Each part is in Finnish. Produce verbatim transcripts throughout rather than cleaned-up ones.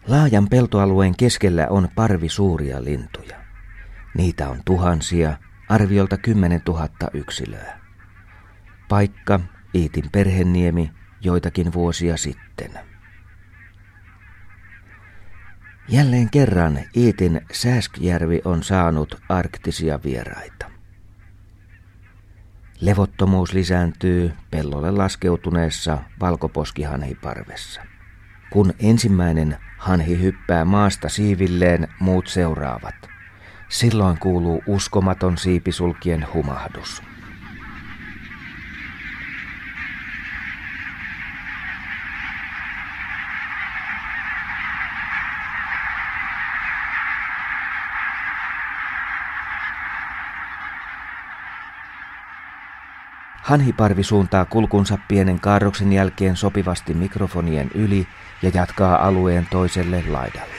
Laajan peltoalueen keskellä on parvi suuria lintuja. Niitä on tuhansia, arviolta kymmenen tuhatta yksilöä. Paikka Iitin perheniemi joitakin vuosia sitten. Jälleen kerran Iitin Sääskjärvi on saanut arktisia vieraita. Levottomuus lisääntyy pellolle laskeutuneessa valkoposkihanhiparvessa. Kun ensimmäinen hanhi hyppää maasta siivilleen, muut seuraavat. Silloin kuuluu uskomaton siipisulkien humahdus. Hanhiparvi suuntaa kulkunsa pienen kaarroksen jälkeen sopivasti mikrofonien yli ja jatkaa alueen toiselle laidalle.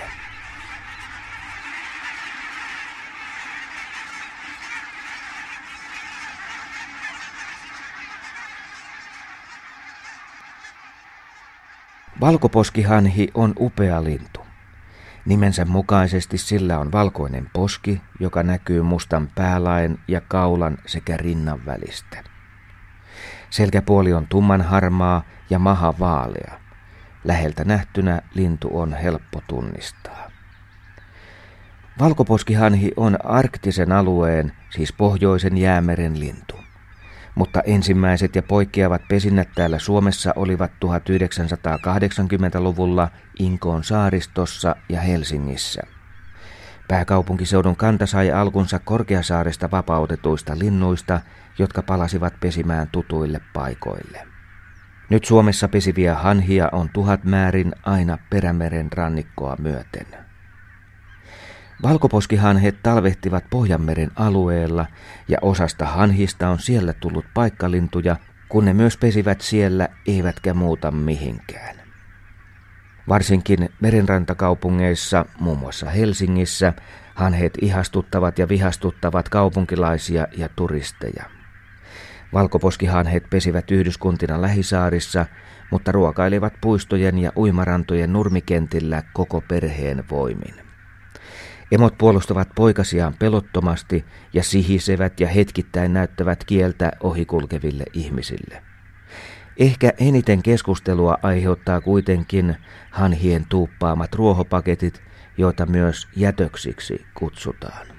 Valkoposkihanhi on upea lintu. Nimensä mukaisesti sillä on valkoinen poski, joka näkyy mustan päälaen ja kaulan sekä rinnan välistä. Selkäpuoli on tummanharmaa ja maha vaalea. Läheltä nähtynä lintu on helppo tunnistaa. Valkoposkihanhi on arktisen alueen, siis pohjoisen jäämeren lintu. Mutta ensimmäiset ja poikkeavat pesinnät täällä Suomessa olivat tuhatyhdeksänsataakahdeksankymmentäluvulla Inkoon saaristossa ja Helsingissä. Pääkaupunkiseudun kanta sai alkunsa Korkeasaaresta vapautetuista linnuista, jotka palasivat pesimään tutuille paikoille. Nyt Suomessa pesiviä hanhia on tuhat määrin aina Perämeren rannikkoa myöten. Valkoposkihanhet talvehtivat Pohjanmeren alueella ja osasta hanhista on siellä tullut paikkalintuja, kun ne myös pesivät siellä eivätkä muuta mihinkään. Varsinkin merenrantakaupungeissa, muun muassa Helsingissä, hanhet ihastuttavat ja vihastuttavat kaupunkilaisia ja turisteja. Valkoposkihanhet pesivät yhdyskuntina lähisaarissa, mutta ruokailevat puistojen ja uimarantojen nurmikentillä koko perheen voimin. Emot puolustavat poikasiaan pelottomasti ja sihisevät ja hetkittäin näyttävät kieltä ohikulkeville ihmisille. Ehkä eniten keskustelua aiheuttaa kuitenkin hanhien tuuppaamat ruohopaketit, joita myös jätöksiksi kutsutaan.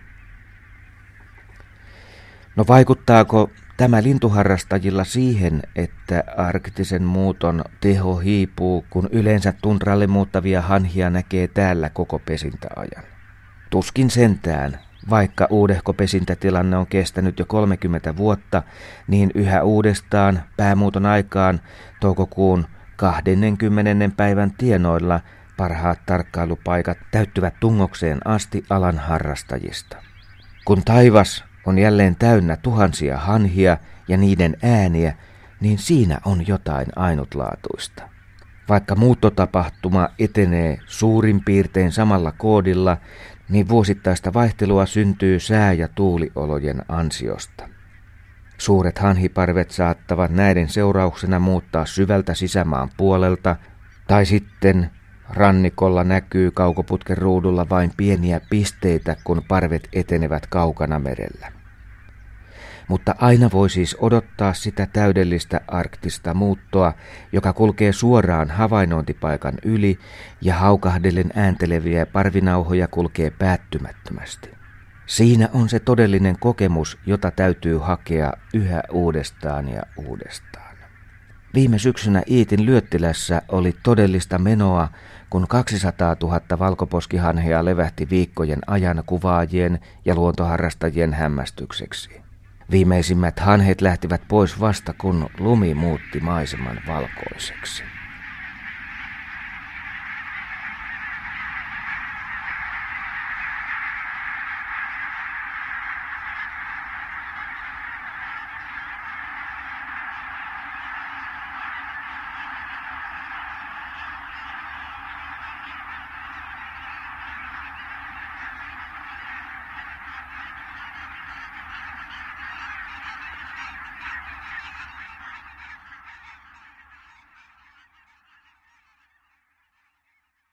No vaikuttaako tämä lintuharrastajilla siihen, että arktisen muuton teho hiipuu, kun yleensä tundralle muuttavia hanhia näkee täällä koko pesintäajan? Tuskin sentään, vaikka uudehko pesintätilanne on kestänyt jo kolmekymmentä vuotta, niin yhä uudestaan päämuuton aikaan toukokuun kaksikymmentä päivän tienoilla parhaat tarkkailupaikat täyttyvät tungokseen asti alan harrastajista. Kun taivas on jälleen täynnä tuhansia hanhia ja niiden ääniä, niin siinä on jotain ainutlaatuista. Vaikka muuttotapahtuma etenee suurin piirtein samalla koodilla, niin vuosittaista vaihtelua syntyy sää- ja tuuliolojen ansiosta. Suuret hanhiparvet saattavat näiden seurauksena muuttaa syvältä sisämaan puolelta, tai sitten rannikolla näkyy kaukoputken ruudulla vain pieniä pisteitä, kun parvet etenevät kaukana merellä. Mutta aina voi siis odottaa sitä täydellistä arktista muuttoa, joka kulkee suoraan havainnointipaikan yli ja haukahdellen äänteleviä parvinauhoja kulkee päättymättömästi. Siinä on se todellinen kokemus, jota täytyy hakea yhä uudestaan ja uudestaan. Viime syksynä Iitin Lyöttilässä oli todellista menoa, kun kaksisataatuhatta valkoposkihanhea levähti viikkojen ajan kuvaajien ja luontoharrastajien hämmästykseksi. Viimeisimmät hanhet lähtivät pois vasta, kun lumi muutti maiseman valkoiseksi.